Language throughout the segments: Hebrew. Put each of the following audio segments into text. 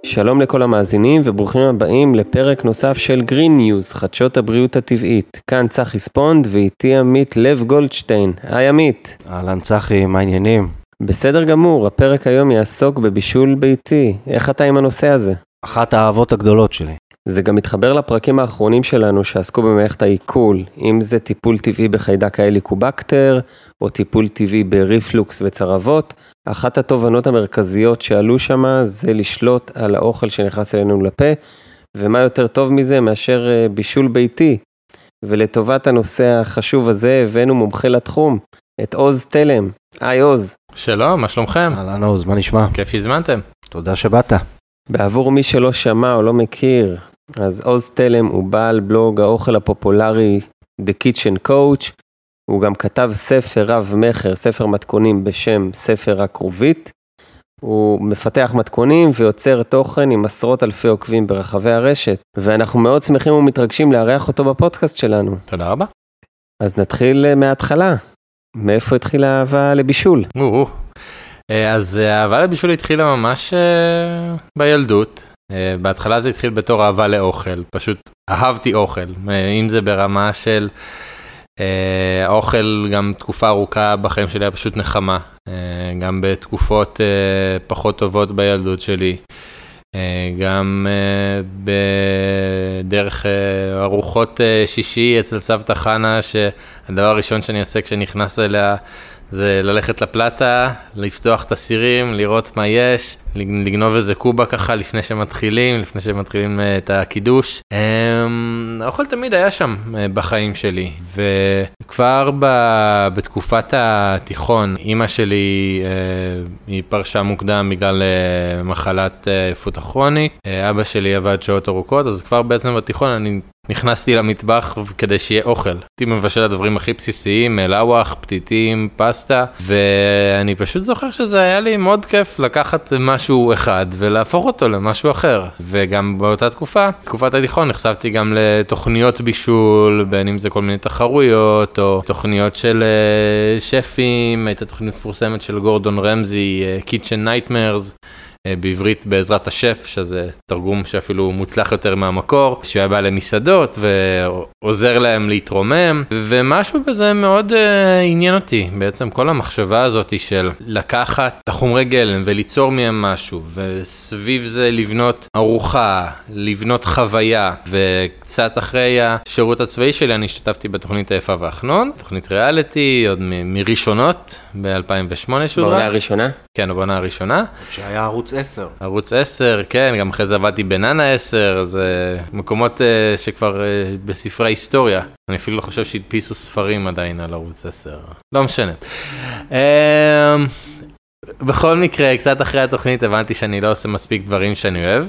שלום לכל המאזינים וברוכים הבאים לפרק נוסף של Green News, חדשות הבריאות הטבעית. כאן צחי ספונד ואיתי עמית לב גולדשטיין. היי עמית. אהלן צחי, מה העניינים? בסדר גמור, הפרק היום יעסוק בבישול ביתי. איך אתה עם הנושא הזה? אחת האהבות הגדולות שלי. זה גם מתחבר לפרקים האחרונים שלנו שעסקו במערכת העיכול, אם זה טיפול טבעי בחיידק ההליקובקטר, או טיפול טבעי בריפלוקס וצרבות. אחת התובנות המרכזיות שעלו שמה זה לשלוט על האוכל שנכנס אלינו לפה, ומה יותר טוב מזה מאשר בישול ביתי. ולטובת הנושא החשוב הזה הבאנו מומחה לתחום, את עוז תלם. היי עוז. שלום, מה שלומכם? אהלן עוז, מה נשמע? כיף שהזמנתם. תודה שבאת. בעבור מי שלא שמע או לא מכיר, אז עוז תלם הוא בעל בלוג האוכל הפופולרי The Kitchen Coach, הוא גם כתב ספר רב מחר, ספר מתכונים בשם ספר הכרובית, הוא מפתח מתכונים ויוצר תוכן עם עשרות אלפי עוקבים ברחבי הרשת, ואנחנו מאוד שמחים ומתרגשים לארח אותו בפודקאסט שלנו. תודה רבה. אז נתחיל מההתחלה, מאיפה התחילה האהבה לבישול? אז האהבה לבישול התחילה ממש בילדות. בהתחלה זה התחיל בתור אהבה לאוכל, פשוט אהבתי אוכל, אם זה ברמה של אוכל, גם תקופה ארוכה בחיים שלי היה פשוט נחמה, גם בתקופות פחות טובות בילדות שלי, גם בדרך ארוחות שישי אצל סבתא חנה, שהדבר הראשון שאני עושה כשנכנס אליה זה ללכת לפלטה, לפתוח את הסירים, לראות מה יש, לגנוב איזה קובה ככה לפני שמתחילים את הקידוש. האוכל תמיד היה שם בחיים שלי, וכבר בתקופת התיכון, אמא שלי היא פרשה מוקדם בגלל מחלת עייפות כרונית, אבא שלי עבד שעות ארוכות, אז כבר בעצם בתיכון אני נכנסתי למטבח כדי שיהיה אוכל. הייתי מבשל הדברים הכי בסיסיים, מלאווח, פתיתים, פסטה, ואני פשוט זוכר שזה היה לי מאוד כיף לקחת משהו אחד ולהפוך אותו למשהו אחר. וגם באותה תקופת התיכון, נחשפתי גם לתוכניות בישול, בין אם זה כל מיני תחרויות, או תוכניות של שפים, הייתה תוכנית מפורסמת של גורדון רמזי, Kitchen Nightmares, בעברית בעזרת השף, שזה תרגום שאפילו מוצלח יותר מהמקור, שהוא היה בא למסעדות ועוזר להם להתרומם, ומשהו בזה מאוד עניין אותי. בעצם כל המחשבה הזאת של לקחת את החומרי גלם וליצור מהם משהו, וסביב זה לבנות ארוחה, לבנות חוויה, וקצת אחרי השירות הצבאי שלי אני השתתפתי בתוכנית היפה והחנון, תוכנית ריאליטי, עוד מראשונות, ב-2008 שודרה. בעונה הראשונה? כן, בעונה הראשונה. שהיה ערוץ 10. ערוץ 10, כן, גם אחרי זה עבדתי בננה 10, זה מקומות שכבר בספרי היסטוריה. אני אפילו לא חושב שהדפיסו ספרים עדיין על ערוץ 10. לא משנה. בכל מקרה, קצת אחרי התוכנית הבנתי שאני לא עושה מספיק דברים שאני אוהב,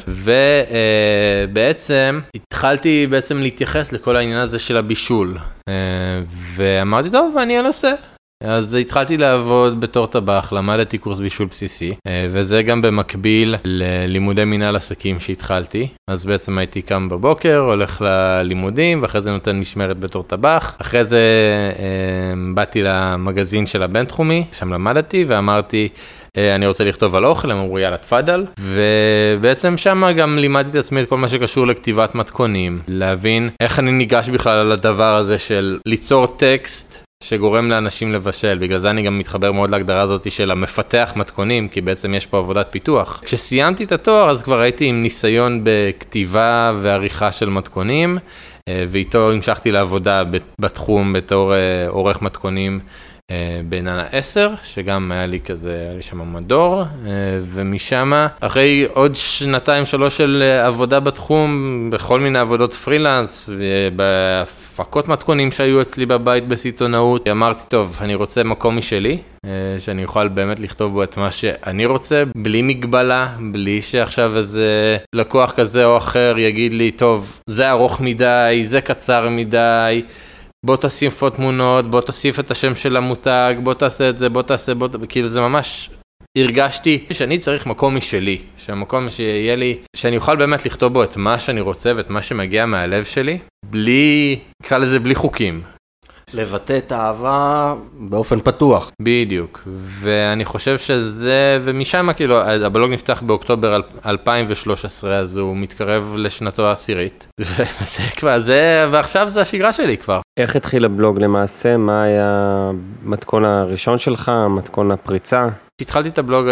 ובעצם התחלתי להתייחס לכל העניין הזה של הבישול, ואמרתי, טוב, אני אנסה. אז התחלתי לעבוד בתור טבח, למדתי קורס בישול בסיסי, וזה גם במקביל ללימודי מנהל עסקים שהתחלתי. אז בעצם הייתי קם בבוקר, הולך ללימודים, ואחרי זה נותן משמרת בתור טבח. אחרי זה באתי למגזין של הבינתחומי, שם למדתי, ואמרתי, אני רוצה לכתוב על אוכל, הם אמרו יאללה תפדל, ובעצם שם גם לימדתי את עצמי את כל מה שקשור לכתיבת מתכונים, להבין איך אני ניגש בכלל על הדבר הזה של ליצור טקסט, שגורם לאנשים לבשל. בגלל זה אני גם מתחבר מאוד להגדרה הזאת של המפתח מתכונים, כי בעצם יש פה עבודת פיתוח. כשסיימתי את התואר, אז כבר הייתי עם ניסיון בכתיבה ועריכה של מתכונים, ואיתו המשכתי לעבודה בתחום בתור עורך מתכונים בננה 10, שגם היה לי שם מדור, ומשם, אחרי עוד 2-3 של עבודה בתחום, בכל מיני עבודות פרילנס, בהפקות מתכונים שהיו אצלי בבית בסיטונאות, אמרתי, טוב, אני רוצה מקום משלי, שאני אוכל באמת לכתוב בו את מה שאני רוצה, בלי מגבלה, בלי שעכשיו איזה לקוח כזה או אחר יגיד לי, טוב, זה ארוך מדי, זה קצר מדי, בוא תוסיף פה תמונות, בוא תוסיף את השם של המותג, בוא תעשה את זה, כאילו זה ממש, הרגשתי שאני צריך מקום משלי, שהמקום שיהיה לי, שאני אוכל באמת לכתוב בו את מה שאני רוצה ואת מה שמגיע מהלב שלי, בלי, נקרא לזה בלי חוקים. לבטא את האהבה באופן פתוח. בדיוק, ואני חושב שזה, ומשם כאילו, הבלוג נפתח באוקטובר 2013, אז הוא מתקרב לשנתו העשירית, וזה כבר, ועכשיו זה השגרה שלי כבר. איך התחיל הבלוג למעשה? מה היה המתכון הראשון שלך, מתכון הפריצה? כשהתחלתי את הבלוג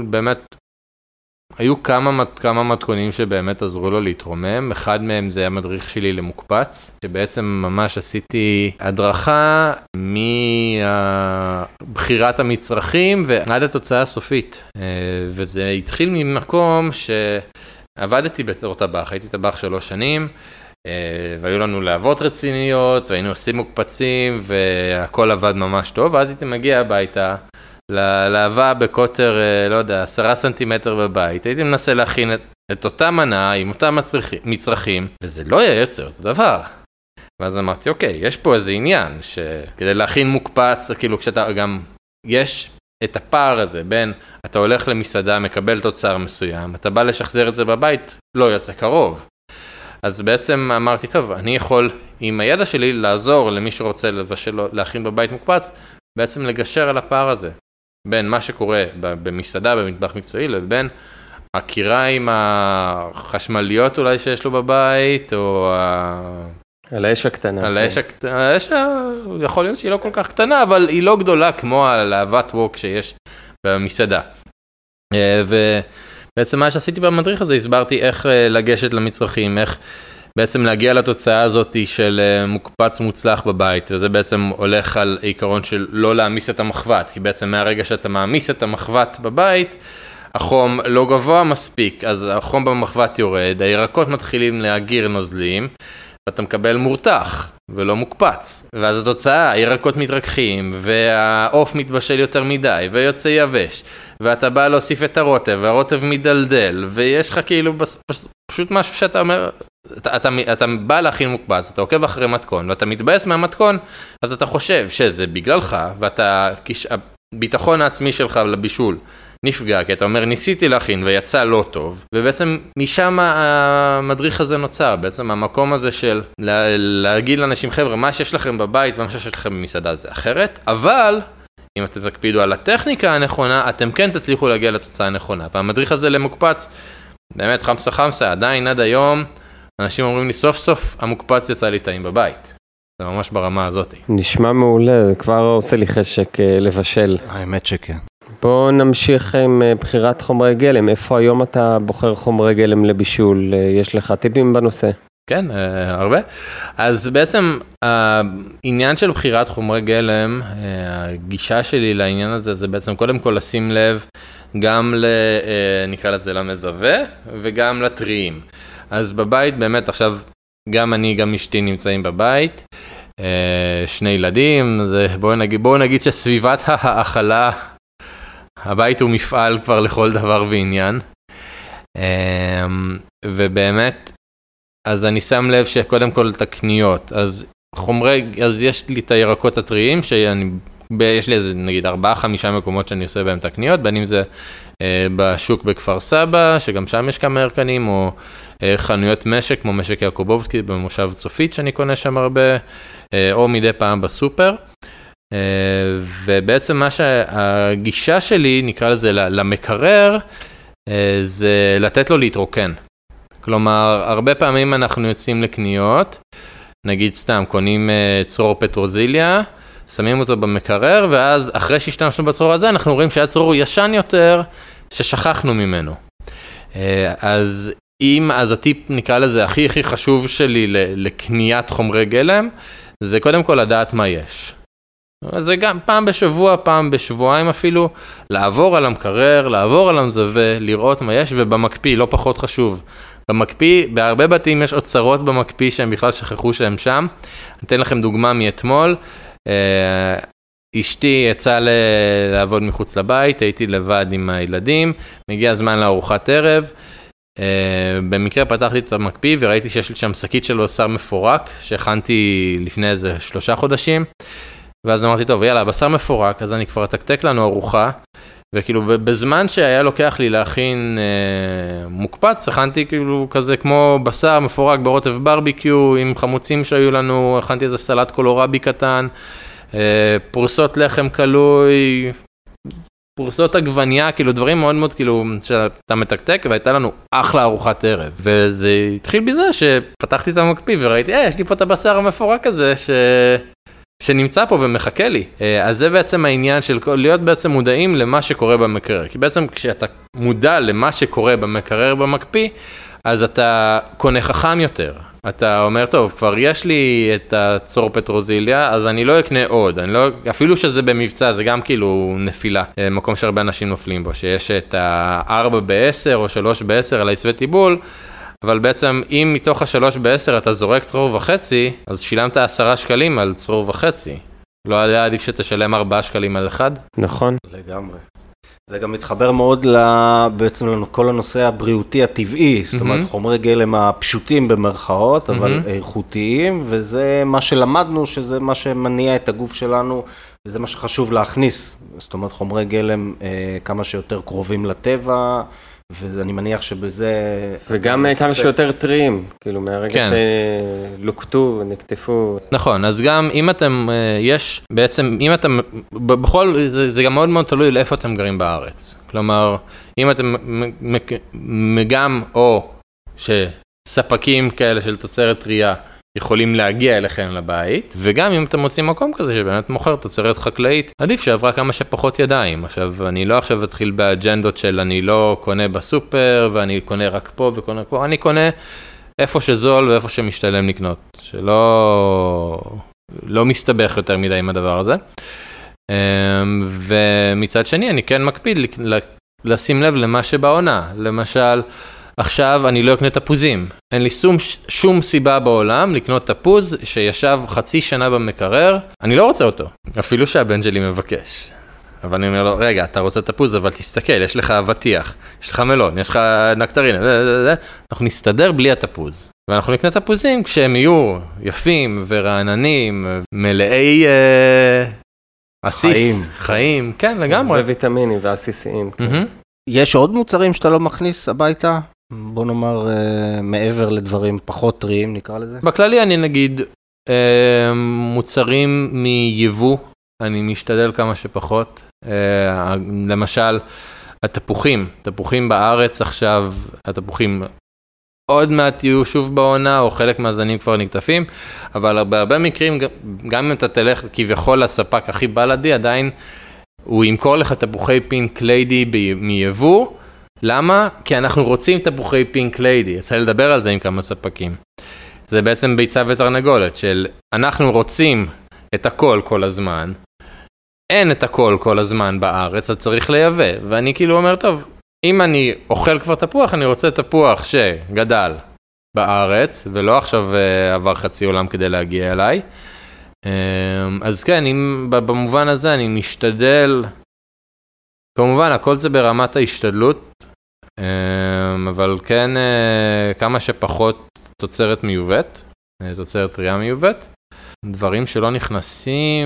היו כמה מתכונים שבאמת עזרו לו להתרומם. אחד מהם זה המדריך שלי למוקפץ, שבעצם ממש עשיתי הדרכה מבחירת המצרכים ועד התוצאה הסופית. וזה התחיל ממקום שעבדתי בתור טבח, הייתי טבח 3 שנים, והיו לנו להבות רציניות, והיינו עושים מוקפצים, והכל עבד ממש טוב, ואז הייתי מגיע הביתה, להבה בקוטר, לא יודע, 10 סנטימטר בבית, הייתי מנסה להכין את אותה מנה עם אותם מצרכים, וזה לא היה יוצר אותו דבר. ואז אמרתי, אוקיי, יש פה איזה עניין, שכדי להכין מוקפץ, כאילו כשאתה גם, יש את הפער הזה בין, אתה הולך למסעדה, מקבל תוצר מסוים, אתה בא לשחזר את זה בבית, לא יוצא קרוב. אז בעצם אמרתי, טוב, אני יכול עם הידע שלי לעזור למי שרוצה לבשל, להכין בבית מוקפץ, בעצם לגשר על הפער הזה. בין מה שקורה במסעדה, במטבח מקצועי, לבין הקיריים החשמליות אולי שיש לו בבית, או על האש הקטנה. על האש, יכול להיות שהיא לא כל כך קטנה, אבל היא לא גדולה כמו הלהבת ווק שיש במסעדה. ובעצם מה שעשיתי במדריך הזה, הסברתי איך לגשת למצרכים, איך בעצם להגיע לתוצאה הזאת של מוקפץ מוצלח בבית, וזה בעצם הולך על עיקרון של לא להמיס את המחבת, כי בעצם מהרגע שאתה מעמיס את המחבת בבית, החום לא גבוה מספיק, אז החום במחבת יורד, הירקות מתחילים להגיר נוזלים, ואתה מקבל מורתח ולא מוקפץ, ואז התוצאה, הירקות מתרככים, והעוף מתבשל יותר מדי, ויוצא יבש, ואתה בא להוסיף את הרוטב, והרוטב מדלדל, ויש לך כאילו פשוט משהו שאתה אומר, אתה בא להכין מוקפץ, אתה עוקב אחרי מתכון, ואתה מתבאס מהמתכון, אז אתה חושב שזה בגללך, הביטחון העצמי שלך לבישול נפגע, כי אתה אומר ניסיתי להכין ויצא לא טוב, ובעצם משם המדריך הזה נוצר, בעצם המקום הזה של להגיד לאנשים, חבר'ה, מה שיש לכם בבית ומה שיש לכם במסעדה זה אחרת, אבל אם אתם תקפידו על הטכניקה הנכונה, אתם כן תצליחו להגיע לתוצאה הנכונה, והמדריך הזה למוקפץ, באמת חמסה, עדיין עד היום, אנשים אומרים לי סוף סוף המוקפץ יצא לי טעים בבית. זה ממש ברמה הזאת. נשמע מעולה, זה כבר עושה לי חשק לבשל. האמת שכן. בואו נמשיך עם בחירת חומרי גלם. איפה היום אתה בוחר חומרי גלם לבישול? יש לך טיפים בנושא? כן, הרבה. אז בעצם העניין של בחירת חומרי גלם, הגישה שלי לעניין הזה זה בעצם קודם כל לשים לב גם נקרא לזה למזווה וגם לטריים. אז בבית באמת עכשיו גם אני גם אשתי נמצאים בבית, 2 ילדים, בואו נגיד שסביבת ההאכלה, הבית הוא מפעל כבר לכל דבר ועניין, ובאמת, אז אני שם לב שקודם כל את הקניות, אז יש לי את הירקות הטריים, יש לי איזה נגיד 4-5 מקומות שאני עושה בהם את הקניות, בין אם זה בשוק בכפר סבא, שגם שם יש כמה ירקנים, או חנויות משק, כמו משק יעקובובסקי במושב צופית, שאני קונה שם הרבה, או מדי פעם בסופר. ובעצם מה שהגישה שלי, נקרא לזה למקרר, זה לתת לו להתרוקן. כלומר, הרבה פעמים אנחנו יוצאים לקניות, נגיד סתם, קונים צרור פטרוזיליה, שמים אותו במקרר, ואז אחרי שהשתמשנו בצרור הזה, אנחנו רואים שהצרור ישן יותר, ששכחנו ממנו. אז הטיפ נקרא לזה הכי חשוב שלי לקניית חומרי גלם, זה קודם כל לדעת מה יש. זה גם פעם בשבוע, פעם בשבועיים אפילו, לעבור על המקרר, לעבור על המזווה, לראות מה יש, ובמקפיא, לא פחות חשוב. במקפיא, בהרבה בתים יש אוצרות במקפיא שהם בכלל שכחו שהם שם. אני אתן לכם דוגמה מאתמול. אשתי יצאה לעבוד מחוץ לבית, הייתי לבד עם הילדים, מגיע הזמן לארוחת ערב, במקרה פתחתי את המקפיא וראיתי שיש לי שם שקית של בשר מפורק, שהכנתי לפני איזה 3 חודשים, ואז אמרתי, טוב, יאללה, בשר מפורק, אז אני כבר אתקתק לנו ארוחה, וכאילו בזמן שהיה לוקח לי להכין מוקפץ, הכנתי כאילו כזה כמו בשר מפורק ברוטב ברביקיו, עם חמוצים שהיו לנו, הכנתי איזה סלט קולורבי קטן, פרוסות לחם קלוי, פרוסות עגבניה, כאילו דברים מאוד מאוד כאילו שאתה מתקתק, והייתה לנו אחלה ארוחת ערב. וזה התחיל בזה שפתחתי את המקפיא וראיתי, יש לי פה את הבשר המפורק הזה שנמצא פה ומחכה לי. אז זה בעצם העניין של להיות בעצם מודעים למה שקורה במקרר. כי בעצם כשאתה מודע למה שקורה במקרר במקפיא, אז אתה קונה חכם יותר. אתה אומר, טוב, כבר יש לי את הצור פטרוזיליה, אז אני לא אקנה עוד. אפילו שזה במבצע, זה גם כאילו נפילה. מקום שהרבה אנשים נופלים בו, שיש את ה-4 ב-10 או 3 ב-10 על העשבי טיבול, אבל בעצם אם מתוך ה-3 ב-10 אתה זורק צרור וחצי, אז שילמת 10 שקלים על צרור וחצי. לא היה עדיף שתשלם 4 שקלים על אחד? נכון. לגמרי. זה גם מתחבר מאוד בעצם לכל הנושא הבריאותי הטבעי, זאת אומרת חומרי גלם הפשוטים במרכאות, אבל איכותיים, וזה מה שלמדנו, שזה מה שמניע את הגוף שלנו, וזה מה שחשוב להכניס, זאת אומרת חומרי גלם כמה שיותר קרובים לטבע, ואני מניח שבזה... וגם כמה שיותר טריים, כאילו מהרגע שלוקטו ונקטפו. נכון, אז גם אם אתם, יש בעצם, אם אתם, זה גם מאוד מאוד תלוי לאיפה אתם גרים בארץ. כלומר, אם אתם גם או שספקים כאלה של תוצרת טרייה יכולים להגיע אליכם לבית, וגם אם אתם מוצאים מקום כזה שבאמת מוכר תוצרת חקלאית, עדיף שעברה כמה שפחות ידיים. עכשיו, אני לא עכשיו אתחיל באג'נדות של אני לא קונה בסופר, ואני קונה רק פה וקונה פה, אני קונה איפה שזול ואיפה שמשתלם לקנות, לא מסתבך יותר מדי עם הדבר הזה. ומצד שני, אני כן מקפיד לשים לב למה שבעונה. למשל, עכשיו אני לא אקנה תפוזים. אין לי שום סיבה בעולם לקנות תפוז שישב חצי שנה במקרר. אני לא רוצה אותו, אפילו שהבן שלי מבקש. אבל אני אומר לו, רגע, אתה רוצה תפוז, אבל תסתכל, יש לך אבטיח, יש לך מלון, יש לך נקטרינה, אנחנו נסתדר בלי התפוז. ואנחנו נקנה תפוזים כשהם יהיו יפים ורעננים, מלאי עסיס, חיים, כן, לגמרי. וויטמינים ועסיסיים. יש עוד מוצרים שאתה לא מכניס הביתה? בוא נאמר, מעבר לדברים פחות טריים, נקרא לזה. בכללי אני נגיד, מוצרים מיבוא, אני משתדל כמה שפחות. למשל, תפוחים בארץ עכשיו, התפוחים עוד מעט יהיו שוב בעונה, או חלק מהזנים כבר נקטפים, אבל בהרבה מקרים, גם אם אתה תלך כביכול לספק הכי בלעדי, עדיין הוא ימכור לך תפוחי פינק ליידי מיבוא. למה? כי אנחנו רוצים תפוחי פינק ליידי. יצא לדבר על זה עם כמה ספקים. זה בעצם ביצה ותרנגולת של אנחנו רוצים את הכל כל הזמן, אין את הכל כל הזמן בארץ, אז צריך לייבא. ואני כאילו אומר, טוב, אם אני אוכל כבר תפוח, אני רוצה תפוח שגדל בארץ, ולא עכשיו עבר חצי עולם כדי להגיע אליי. אז כן, במובן הזה אני משתדל, כמובן הכל זה ברמת ההשתדלות, אבל כן כמה שפחות תוצרת מיובאת, תוצרת טרייה מיובאת, דברים שלא נכנסים,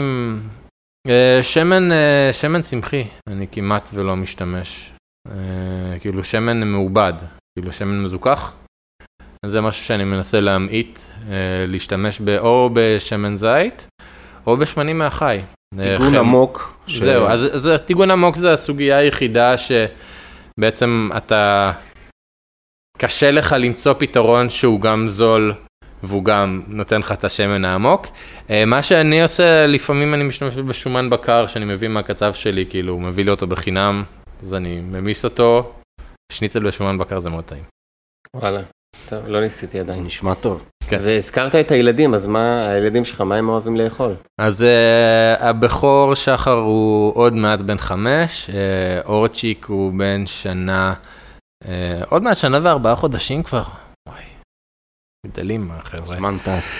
שמן צמחי, אני כמעט ולא משתמש, כאילו שמן מעובד, כאילו שמן מזוכח, זה משהו שאני מנסה להמעיט, להשתמש או בשמן זית, או בשמנים מהחי. טיגון עמוק. זהו, אז טיגון עמוק זה הסוגיה היחידה שבעצם אתה, קשה לך למצוא פתרון שהוא גם זול, והוא גם נותן לך את השמן העמוק. מה שאני עושה, לפעמים אני משתמש בשומן בקר, שאני מביא מהקצב שלי, כאילו הוא מביא לי אותו בחינם, אז אני ממיס אותו, שניצל בשומן בקר זה מאוד טעים. וואלה. טוב, לא ניסיתי עדיין. נשמע טוב. כן. והזכרת את הילדים, אז מה, הילדים שלך, מה הם אוהבים לאכול? אז הבכור שחר הוא עוד מעט בן 5, אורצ'יק הוא בן שנה, עוד מעט 1 ו4 חודשים כבר. וואי, גדלים החבר'ה. זמן טס.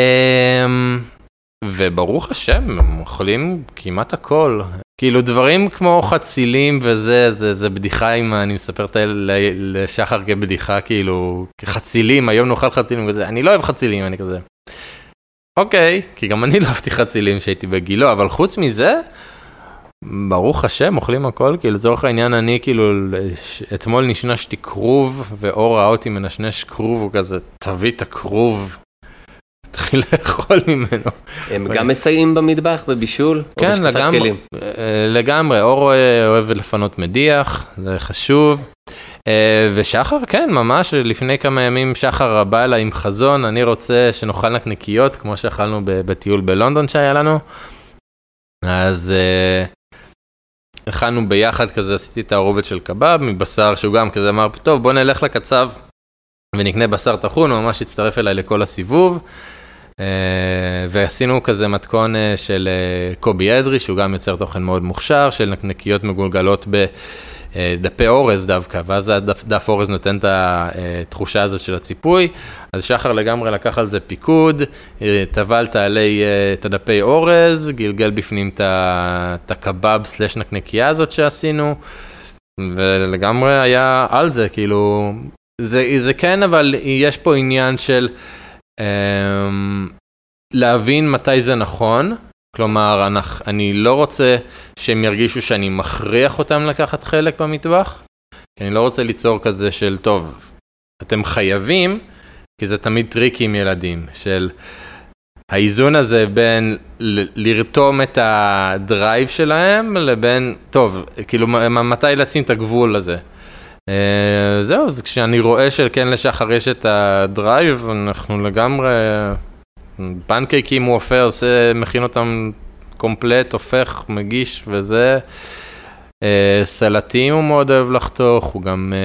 וברוך השם, הם אוכלים כמעט הכל. כאילו דברים כמו חצילים וזה, זה בדיחה אם אני מספר לשחר כבדיחה, כאילו כחצילים, היום נאכל חצילים וזה, אני לא אוהב חצילים, אני כזה. אוקיי, כי גם אני לא אהבתי חצילים שהייתי בגילו, אבל חוץ מזה, ברוך השם, אוכלים הכל, כי לצורך העניין אני כאילו, אתמול נשנשתי כרוב, ואור ראה אותי מנשנש כרוב, הוא כזה, תביא את הכרוב, תתחיל לאכול ממנו. הם גם מסייעים במטבח, בבישול? כן, לגמרי, אור אוהב לפנות מדיח, זה חשוב. ושחר, כן, ממש לפני כמה ימים שחר בא אליי עם חזון, אני רוצה שנאכל נקניקיות, כמו שאכלנו בטיול בלונדון שהיה לנו. אז הכנו ביחד כזה, עשיתי את הערובת של קבב מבשר, שהוא גם כזה אמר, טוב, בוא נלך לקצב ונקנה בשר טחון, הוא ממש הצטרף אליי לכל הסיבוב. ועשינו כזה מתכון של קובי אדרי, שהוא גם יוצר תוכן מאוד מוכשר, של נקניקיות מגולגלות בדפי אורז דווקא, ואז דף אורז נותן את התחושה הזאת של הציפוי, אז שחר לגמרי לקח על זה פיקוד, טבל תעלי את הדפי אורז, גלגל בפנים את הקבב סלש נקניקיה הזאת שעשינו, ולגמרי היה על זה, כאילו, זה כן, אבל יש פה עניין של להבין מתי זה נכון, כלומר, אני לא רוצה שהם ירגישו שאני מכריח אותם לקחת חלק במטבח, כי אני לא רוצה ליצור כזה של, טוב, אתם חייבים, כי זה תמיד טריקי עם ילדים, של האיזון הזה בין לרתום את הדרייב שלהם, לבין, טוב, כאילו, מתי לשים את הגבול הזה. זהו, אז כשאני רואה שכן לשחר יש את הדרייב, אנחנו לגמרי, פנקייקים הוא הופך, מכין אותם קומפלט, הופך, מגיש וזה, סלטים הוא מאוד אוהב לחתוך, הוא גם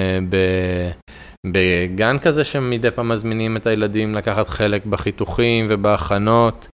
בגן כזה שמדי פעם מזמינים את הילדים לקחת חלק בחיתוכים ובהכנות,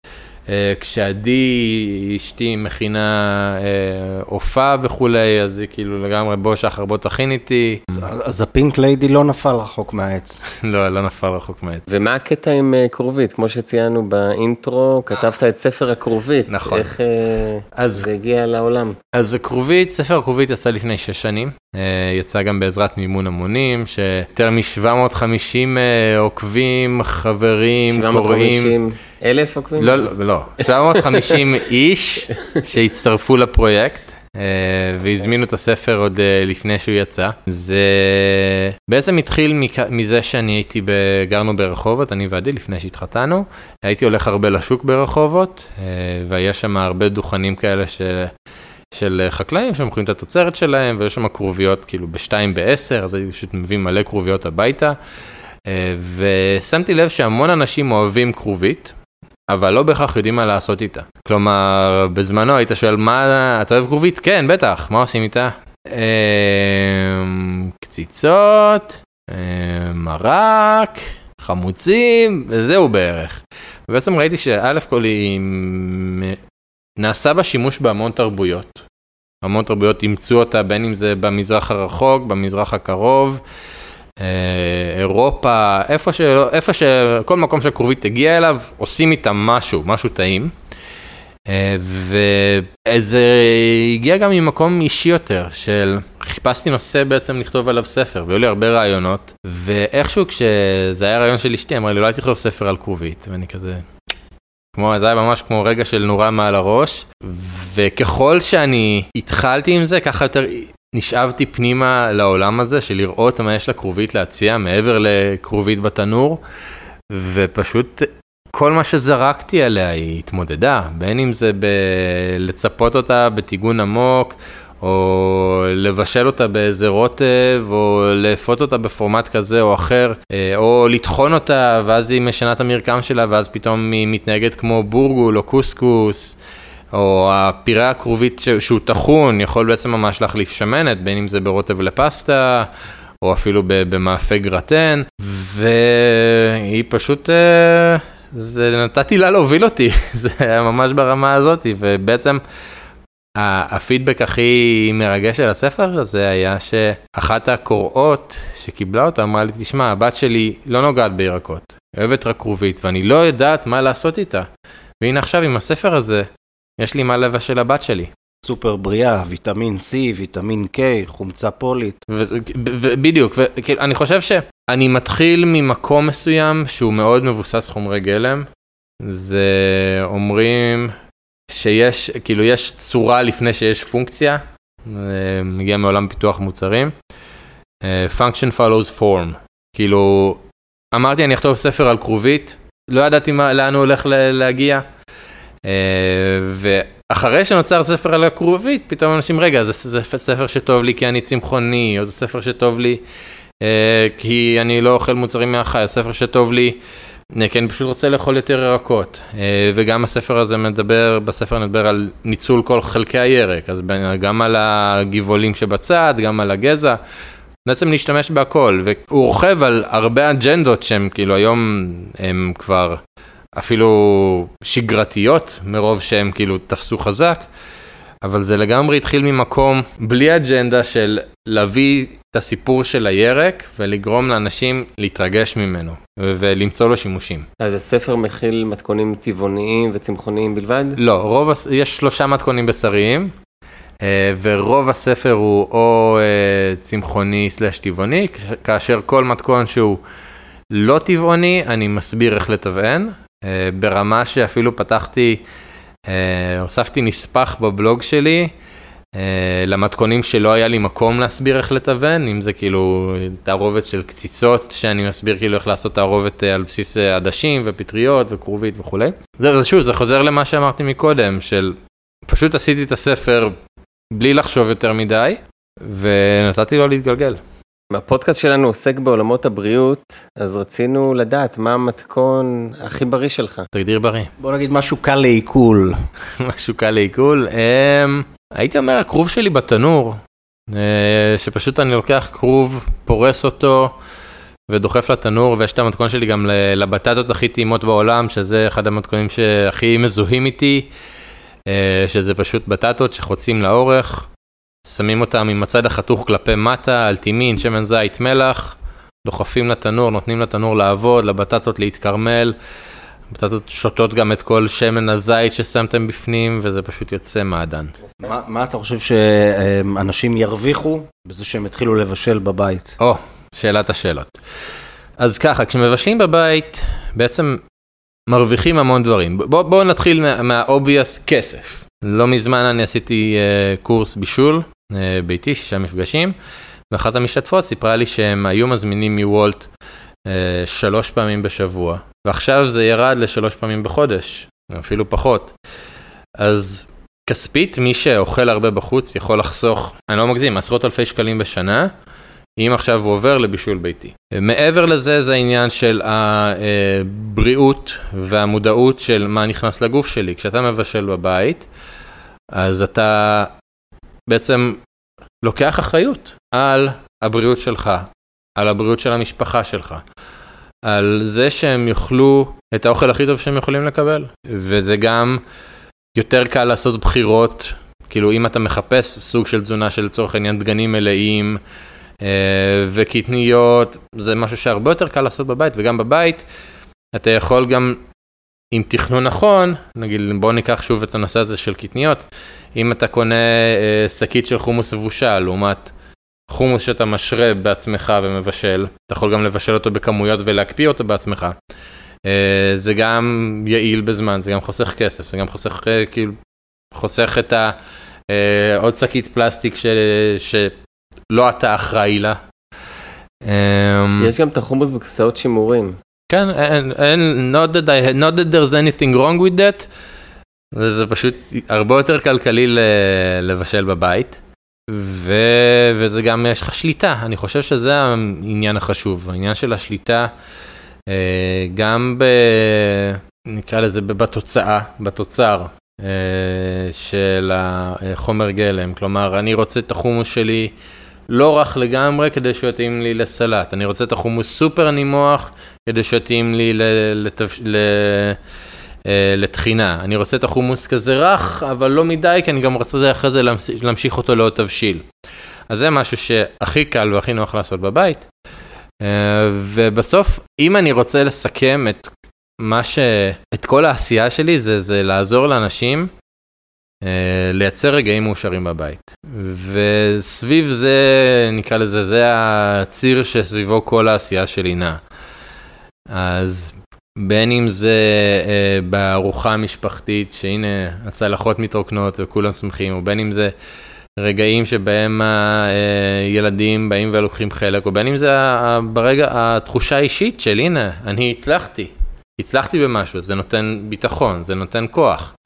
כשעדי אשתי מכינה הופעה וכולי, אז היא כאילו לגמרי בוא שחר בוא תכין איתי. אז הפינק ליידי לא נפל רחוק מהעץ. לא נפל רחוק מהעץ. ומה הקטע עם כרובית? כמו שציינו באינטרו, כתבת את ספר הכרובית. נכון. איך זה הגיע לעולם? אז הכרובית, ספר הכרובית יצא לפני 6 שנים. יצא גם בעזרת מימון המונים, שיותר מ-750 עוקבים, חברים, קוראים. 750,000 עוקבים? לא, 750 איש שהצטרפו לפרויקט, והזמינו את הספר עוד לפני שהוא יצא. זה בעצם התחיל מזה שאני גרנו ברחובות, אני ועדי, לפני שהתחתנו. הייתי הולך הרבה לשוק ברחובות, והיה שם הרבה דוכנים כאלה של חקלאים שמוכרים את התוצרת שלהם, ויש שם כרוביות כאילו ב2 ב10, אז הייתי פשוט מביא מלא כרוביות הביתה, ושמתי לב שהמון אנשים אוהבים כרובית, אבל לא בהכרח יודעים מה לעשות איתה. כלומר, בזמנו היית שואל, מה, אתה אוהב כרובית? כן, בטח, מה עושים איתה? קציצות, מרק, חמוצים, וזהו בערך. ובעצם ראיתי שא' כל היא נעשה בה שימוש בהמון תרבויות. המון תרבויות אימצו אותה, בין אם זה במזרח הרחוק, במזרח הקרוב, אירופה, איפה כל מקום שהכרובית תגיע אליו, עושים איתה משהו טעים. וזה הגיע גם ממקום אישי יותר, של חיפשתי נושא בעצם לכתוב עליו ספר, והיו לי הרבה רעיונות, ואיכשהו כשזה היה רעיון של אשתי, אמרה לי, אולי תכתוב ספר על כרובית, ואני כזה, זה היה ממש כמו רגע של נורה מעל הראש, וככל שאני התחלתי עם זה, ככה יותר נשאבתי פנימה לעולם הזה, של לראות מה יש לכרובית להציע, מעבר לכרובית בתנור, ופשוט כל מה שזרקתי עליה היא התמודדה, בין אם זה לצפות אותה בטיגון עמוק, או לבשל אותה באיזה רוטב, או לפות אותה בפורמט כזה או אחר, או לטחון אותה, ואז היא משנה את המרקם שלה, ואז פתאום היא מתנהגת כמו בורגול או קוסקוס, או הפירה הכרובית שהוא טחון, יכול בעצם ממש להחליף שמנת, בין אם זה ברוטב לפסטה, או אפילו במאפה גרטן, והיא פשוט, נתתי לה להוביל אותי, זה היה ממש ברמה הזאת, ובעצם הפידבק הכי מרגש של הספר הזה היה שאחת הקוראות שקיבלה אותה אמרה לי, תשמע, הבת שלי לא נוגעת בירקות, אוהבת רק כרובית, ואני לא יודעת מה לעשות איתה. והנה עכשיו עם הספר הזה, יש לי מה לבשל הבת שלי. סופר בריאה, ויטמין C, ויטמין K, חומצה פולית. בדיוק, ואני חושב שאני מתחיל ממקום מסוים שהוא מאוד מבוסס חומרי גלם. זה אומרים שיש, כאילו יש צורה לפני שיש פונקציה, מגיע מעולם פיתוח מוצרים, function follows form, כאילו, אמרתי אני אכתוב ספר על כרובית, לא ידעתי לאן הוא הולך להגיע, ואחרי שנוצר ספר על הכרובית, פתאום אנשים, רגע, זה ספר שטוב לי כי אני צמחוני, או זה ספר שטוב לי כי אני לא אוכל מוצרים מהחי, זה ספר שטוב לי, כי אני פשוט רוצה לאכול יותר ירקות, וגם הספר הזה בספר נדבר על ניצול כל חלקי הירק, אז גם על הגבעולים שבצד, גם על הגזע, בעצם להשתמש בהכל, והוא רוכב על הרבה אג'נדות שהן כאילו היום הם כבר אפילו שגרתיות, מרוב שהם כאילו תפסו חזק, אבל זה לגמרי התחיל ממקום בלי אג'נדה של להביא את הסיפור של הירק ולגרום לאנשים להתרגש ממנו ולמצוא לו שימושים. אז הספר מכיל מתכונים טבעוניים וצמחוניים בלבד? לא, יש 3 מתכונים בשריים, ורוב הספר הוא או צמחוני / טבעוני, כאשר כל מתכון שהוא לא טבעוני, אני מסביר איך לטבען, ברמה שאפילו הוספתי נספח בבלוג שלי, למתכונים שלא היה לי מקום להסביר איך לטבען, אם זה כאילו תערובת של קציצות, שאני מסביר כאילו איך לעשות תערובת על בסיס עדשים ופטריות וכרובית וכו'. זה חוזר למה שאמרתי מקודם, של פשוט עשיתי את הספר בלי לחשוב יותר מדי, ונתתי לו להתגלגל. הפודקאסט שלנו עוסק בעולמות הבריאות, אז רצינו לדעת מה המתכון הכי בריא שלך. תגדיר בריא. בוא נגיד משהו קל לעיכול. משהו קל לעיכול. הייתי אומר, הכרוב שלי בתנור, שפשוט אני לוקח כרוב, פורס אותו, ודוחף לתנור, ויש את המתכון שלי גם לבטטות הכי טעימות בעולם, שזה אחד המתכונים שהכי מזוהים איתי, שזה פשוט בטטות שחוצים לאורך, שמים אותם עם הצד החתוך כלפי מטה, על טימין, שמן זית, מלח, דוחפים לתנור, נותנים לתנור לעבוד, לבטטות להתקרמל, בטטות שותות גם את כל שמן הזית ששמתם בפנים, וזה פשוט יוצא מעדן. מה אתה חושב שאנשים ירוויחו בזה שהם התחילו לבשל בבית? שאלת השאלות. אז ככה, כשמבשלים בבית, בעצם מרוויחים המון דברים. בואו נתחיל מה-obvious כסף. לא מזמן אני עשיתי קורס בישול ביתי, 6 מפגשים, ואחת המשתתפות סיפרה לי שהם היו מזמינים מוולט 3 פעמים בשבוע, ועכשיו זה ירד ל3 פעמים בחודש, אפילו פחות. אז כספית, מי שאוכל הרבה בחוץ יכול לחסוך, אני לא מגזים, עשרות אלפי שקלים בשנה, אם עכשיו הוא עובר לבישול ביתי. מעבר לזה, זה העניין של הבריאות והמודעות של מה נכנס לגוף שלי. כשאתה מבשל בבית, אז אתה בעצם לוקח אחריות על הבריאות שלך, על הבריאות של המשפחה שלך, על זה שהם יאכלו את האוכל הכי טוב שהם יכולים לקבל. וזה גם יותר קל לעשות בחירות, כאילו אם אתה מחפש סוג של תזונה של לצורך העניין דגנים מלאים, וקטניות, זה משהו שהרבה יותר קל לעשות בבית, וגם בבית אתה יכול גם עם תכנון נכון, נגיד בוא ניקח שוב את הנושא הזה של קטניות, אם אתה קונה שקית של חומוס מבושל, לעומת חומוס שאתה משרה בעצמך ומבשל, אתה יכול גם לבשל אותו בכמויות ולהקפיא אותו בעצמך, זה גם יעיל בזמן, זה גם חוסך כסף, זה גם חוסך את עוד שקית פלסטיק לא אתה אחראי לה. יש גם את החומוס בקופסאות שימורים. כן, not that there's anything wrong with that, וזה פשוט הרבה יותר כלכלי לבשל בבית, וזה גם יש לך שליטה, אני חושב שזה העניין החשוב, העניין של השליטה, גם נקרא לזה בתוצר של החומר גלם, כלומר אני רוצה את החומוס שלי לא רך לגמרי כדי שיתאים לי לסלט, אני רוצה את החומוס סופר נימוח כדי שיתאים לי לתחינה, אני רוצה את החומוס כזה רך אבל לא מדי כי אני גם רוצה אחרי זה להמשיך אותו לעוד תבשיל. אז זה משהו שהכי קל והכי נוח לעשות בבית, ובסוף אם אני רוצה לסכם את כל העשייה שלי זה לעזור לאנשים לייצר רגעים מאושרים בבית. וסביב זה, נקרא לזה, זה הציר שסביבו כל העשייה שלי נע. אז בין אם זה בארוחה המשפחתית, שהנה הצלחות מתרוקנות וכולם שמחים, או בין אם זה רגעים שבהם הילדים באים ולוקחים חלק, או בין אם זה ברגע התחושה האישית של הנה, אני הצלחתי במשהו, זה נותן ביטחון, זה נותן כוח,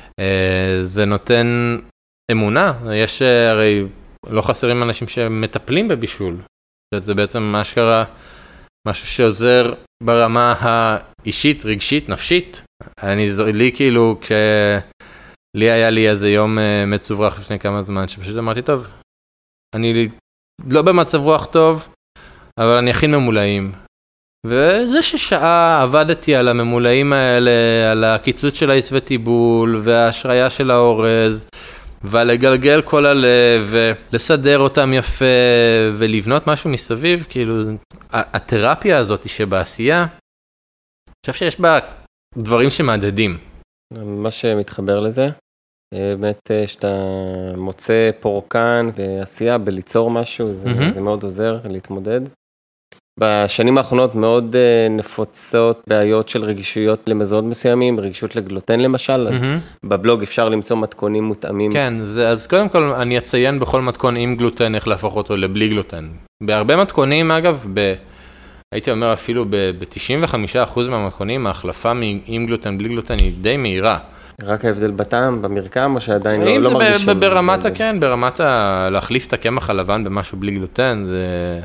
זה נותן אמונה, יש הרי לא חסרים אנשים שמטפלים בבישול, זה בעצם מה שקרה, משהו שעוזר ברמה האישית, רגשית, נפשית. לי כאילו, כשלי היה לי איזה יום מצוברח לפני כמה זמן, שפשוט אמרתי, טוב, אני לא במצב רוח טוב, אבל אני הכי ממולאים. וזה ששעה עבדתי על הממולאים האלה, על הקיצוץ של העשווה טיבול, וההשראיה של האורז, ולגלגל כל הלב, ולסדר אותם יפה, ולבנות משהו מסביב, כאילו, התרפיה הזאת שבעשייה, אני חושב שיש בה דברים שמעדדים. מה שמתחבר לזה, באמת שאתה מוצא פורקן ועשייה בליצור משהו, זה מאוד עוזר להתמודד. בשנים האחרונות מאוד נפוצות בעיות של רגישויות למזונות מסוימים, רגישות לגלוטן למשל, אז בבלוג אפשר למצוא מתכונים מותאמים. כן, אז קודם כל אני אציין בכל מתכון עם גלוטן איך להפוך אותו לבלי גלוטן. בהרבה מתכונים, אגב, הייתי אומר אפילו ב-95% מהמתכונים, ההחלפה עם גלוטן, בלי גלוטן היא די מהירה. רק ההבדל בטעם, במרקם, או שעדיין לא מרגישים? אם זה ברמת להחליף את הקמח הלבן במשהו בלי גלוטן, זה...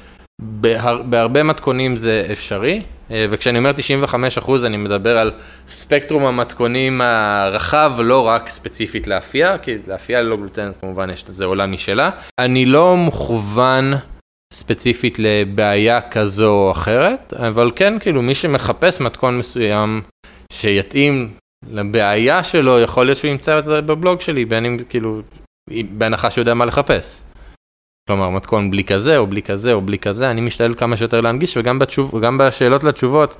בהרבה מתכונים זה אפשרי, וכשאני אומר 95% אני מדבר על ספקטרום המתכונים הרחב, לא רק ספציפית לאפייה, כי לאפייה ללא גלוטן כמובן יש לזה עולם משלה. אני לא מוכוון ספציפית לבעיה כזו או אחרת, אבל כן, כאילו מי שמחפש מתכון מסוים שיתאים לבעיה שלו, יכול להיות שהוא ימצא את זה בבלוג שלי, בין אם כאילו, בהנחה שיודע מה לחפש. כלומר, מתכון בלי כזה, או בלי כזה, או בלי כזה, אני משתדל כמה שיותר להנגיש, וגם בשאלות לתשובות,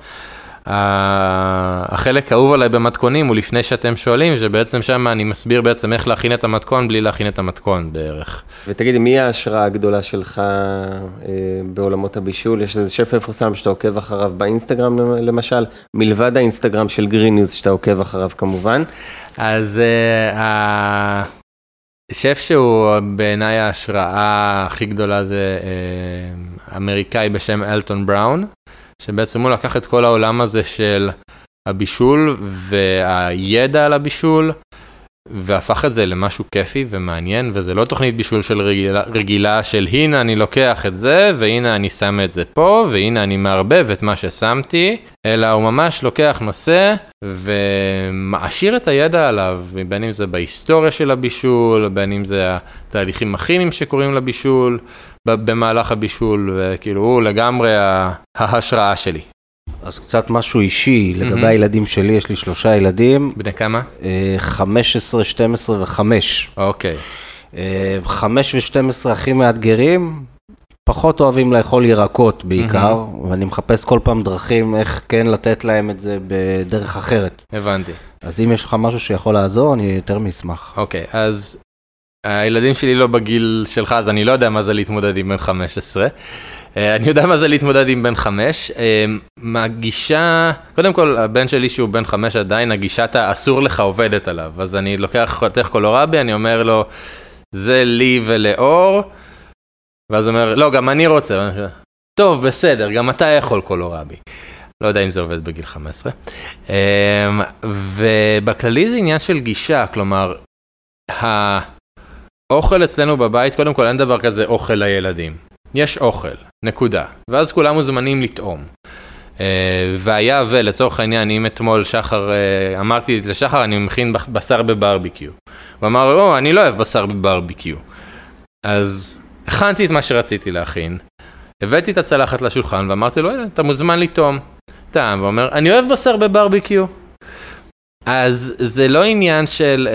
החלק האהוב עליי במתכונים, הוא לפני שאתם שואלים, שבעצם שם אני מסביר בעצם איך להכין את המתכון, בלי להכין את המתכון בערך. ותגידי, מי ההשראה הגדולה שלך בעולמות הבישול? יש איזה שף מפורסם שאתה עוקב אחריו באינסטגרם למשל, מלבד האינסטגרם של גריניוס שאתה עוקב אחריו כמובן. אז שף שהוא בעיניי ההשראה הכי גדולה זה אמריקאי בשם אלטון בראון, שבעצם הוא לקח את כל העולם הזה של הבישול והידע על הבישול, והפך את זה למשהו כיפי ומעניין, וזה לא תוכנית בישול של רגילה של הנה אני לוקח את זה, והנה אני שם את זה פה, והנה אני מערבב את מה ששמתי, אלא הוא ממש לוקח נושא ומעשיר את הידע עליו, בין אם זה בהיסטוריה של הבישול, בין אם זה התהליכים הכימיים שקורים לבישול, במהלך הבישול, וכאילו הוא לגמרי ההשראה שלי. אז קצת משהו אישי, לגבי הילדים שלי, יש לי 3 ילדים. בני כמה? 15, 12 ו5. אוקיי. 5 ו12 הכי מאתגרים, פחות אוהבים לאכול ירקות בעיקר, ואני מחפש כל פעם דרכים איך כן לתת להם את זה בדרך אחרת. הבנתי. אז אם יש לך משהו שיכול לעזור, אני יותר משמח. אוקיי, אז הילדים שלי לא בגיל שלך, אז אני לא יודע מה זה להתמודד עם בן 15. אני יודע מה זה להתמודד עם בן 5. מהגישה, קודם כל, הבן שלי שהוא בן 5 עדיין, הגישת האסור לך עובדת עליו. אז אני לוקח חותך קולורבי, אני אומר לו, זה לי ולאור. ואז הוא אומר, לא, גם אני רוצה. טוב, בסדר, גם אתה יכול קולורבי. לא יודע אם זה עובד בגיל 15. ובכללי זה עניין של גישה, כלומר, האוכל אצלנו בבית, קודם כל אין דבר כזה אוכל לילדים. יש אוכל, נקודה. ואז כולם מוזמנים לטעום. והיה ולצורך העניין, אם אתמול שחר, אמרתי לשחר, אני מכין בשר בברביקיו. הוא אמר, לא, אני לא אוהב בשר בברביקיו. אז הכנתי את מה שרציתי להכין, הבאתי את הצלחת לשולחן ואמרתי לו, אתה מוזמן לטעום. טעם, ואומר, אני אוהב בשר בברביקיו. אז זה לא עניין של,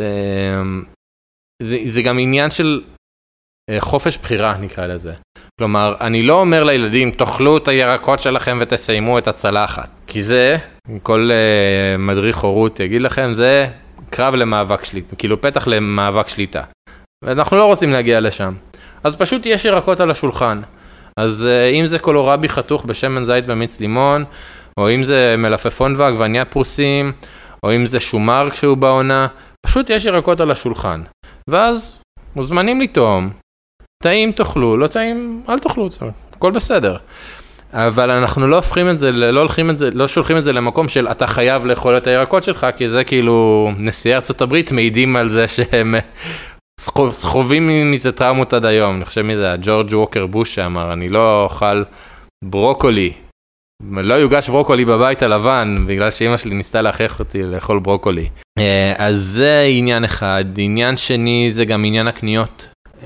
זה גם עניין של חופש בחירה נקרא לזה. כלומר, אני לא אומר לילדים, תאכלו את הירקות שלכם ותסיימו את הצלחת. כי זה, כל מדריך הורות יגיד לכם, זה קרב למאבק שליטה, כאילו פתח למאבק שליטה. ואנחנו לא רוצים להגיע לשם. אז פשוט יש ירקות על השולחן. אז אם זה קולורבי חתוך בשמן זית ומיץ לימון, או אם זה מלפפון ועגבניה פרוסים, או אם זה שומר כשהוא בעונה, פשוט יש ירקות על השולחן. ואז מוזמנים לטעום, טעים תאכלו, לא טעים, אל תאכלו, הכל בסדר. אבל אנחנו לא הופכים את זה, לא שולחים את זה למקום של אתה חייב לאכול את הירקות שלך, כי זה כאילו נשיאי ארצות הברית מעידים על זה שהם סחובים מזה טראומות עד היום. אני חושב מי זה, ג'ורג' ווקר בוש שאמר, אני לא אוכל ברוקולי, לא יוגש ברוקולי בבית הלבן, בגלל שאמא שלי ניסתה להכריח אותי לאכול ברוקולי. אז זה עניין אחד. עניין שני זה גם עניין הקניות.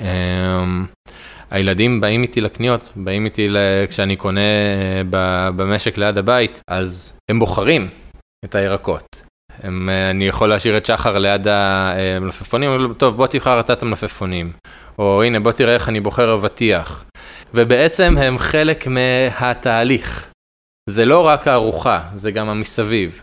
הילדים באים איתי לקניות, באים איתי כשאני קונה במשק ליד הבית, אז הם בוחרים את הירקות. אני יכול להשאיר את שחר ליד המלפפונים, טוב בוא תבחר את המלפפונים, או הנה בוא תראה איך אני בוחר אבטיח. ובעצם הם חלק מהתהליך. זה לא רק הארוחה, זה גם המסביב.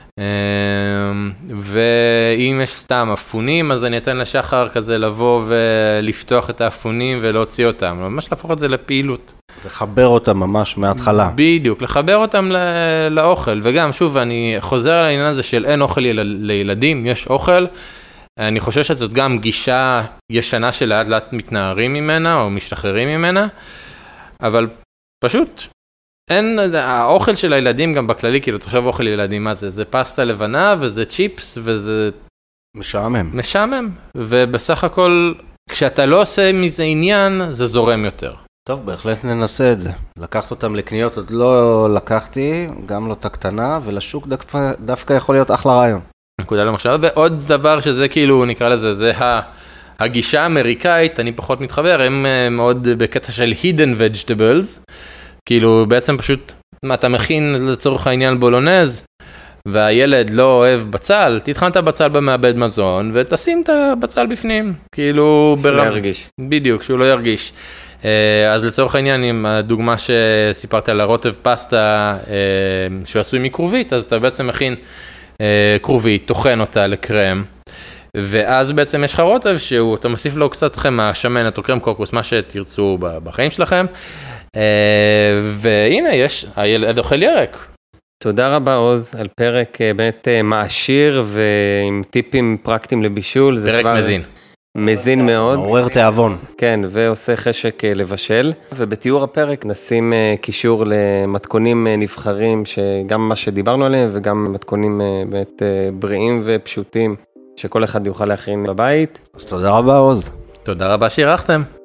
ואם יש סתם אפונים, אז אני אתן לשחר כזה לבוא ולפתוח את האפונים ולהוציא אותם, ממש להפוך את זה לפעילות. לחבר אותם ממש מההתחלה. בדיוק, לחבר אותם לאוכל, וגם שוב אני חוזר על העניין הזה של אין אוכל לילדים, יש אוכל, אני חושב שזאת גם גישה ישנה שלאט לאט מתנערים ממנה או משתחררים ממנה, אבל פשוט אין, האוכל של הילדים גם בכללי, כאילו תחשוב אוכל לילדים, מה זה? זה פסטה לבנה וזה צ'יפס וזה משעמם, ובסך הכל כשאתה לא עושה מזה עניין זה זורם יותר. טוב, בהחלט ננסה את זה. לקחת אותם לקניות עוד לא לקחתי, גם לא את הקטנה, ולשוק דווקא יכול להיות אחלה רעיון. נקודה למשל, ועוד דבר שזה כאילו נקרא לזה, זה הגישה האמריקאית, אני פחות מתחבר, הם מאוד בקטע של hidden vegetables, כאילו בעצם פשוט, מה אתה מכין לצורך העניין בולונז, והילד לא אוהב בצל, תטחן את הבצל במעבד מזון, ותשים את הבצל בפנים, כאילו שהוא לא ירגיש. בדיוק, שהוא לא ירגיש. אז לצורך העניין, עם הדוגמה שסיפרת על הרוטב פסטה, שהוא עשוי מכרובית, אז אתה בעצם מכין כרובית, טוחן אותה לקרם, ואז בעצם יש לך רוטב שאתה מוסיף לו קצת חמאה, שמנת או קרם קוקוס, מה שתרצו בחיים שלכם, והנה יש, הילד אוכל ירק. תודה רבה עוז על פרק באמת מעשיר ועם טיפים פרקטיים לבישול. פרק מזין. מזין מאוד. מעורר תיאבון. כן, ועושה חשק לבשל. ובתיאור הפרק נשים קישור למתכונים נבחרים, שגם מה שדיברנו עליהם וגם מתכונים באמת בריאים ופשוטים, שכל אחד יוכל להכין בבית. אז תודה רבה עוז. תודה רבה שהירחתם.